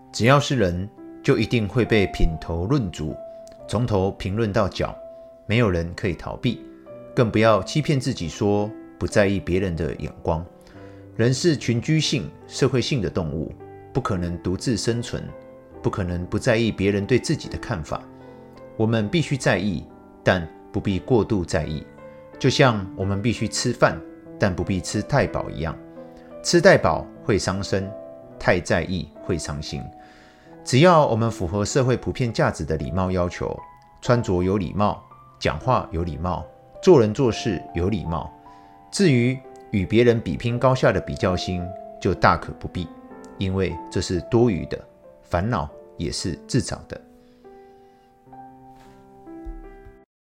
只要是人，就一定会被品头论足，从头评论到脚，没有人可以逃避，更不要欺骗自己说不在意别人的眼光。人是群居性、社会性的动物，不可能独自生存，不可能不在意别人对自己的看法。我们必须在意，但不必过度在意，就像我们必须吃饭，但不必吃太饱一样。吃太饱会伤身，太在意会伤心。只要我们符合社会普遍价值的礼貌要求，穿着有礼貌，讲话有礼貌，做人做事有礼貌。至于与别人比拼高下的比较心，就大可不必，因为这是多余的，烦恼也是自找的。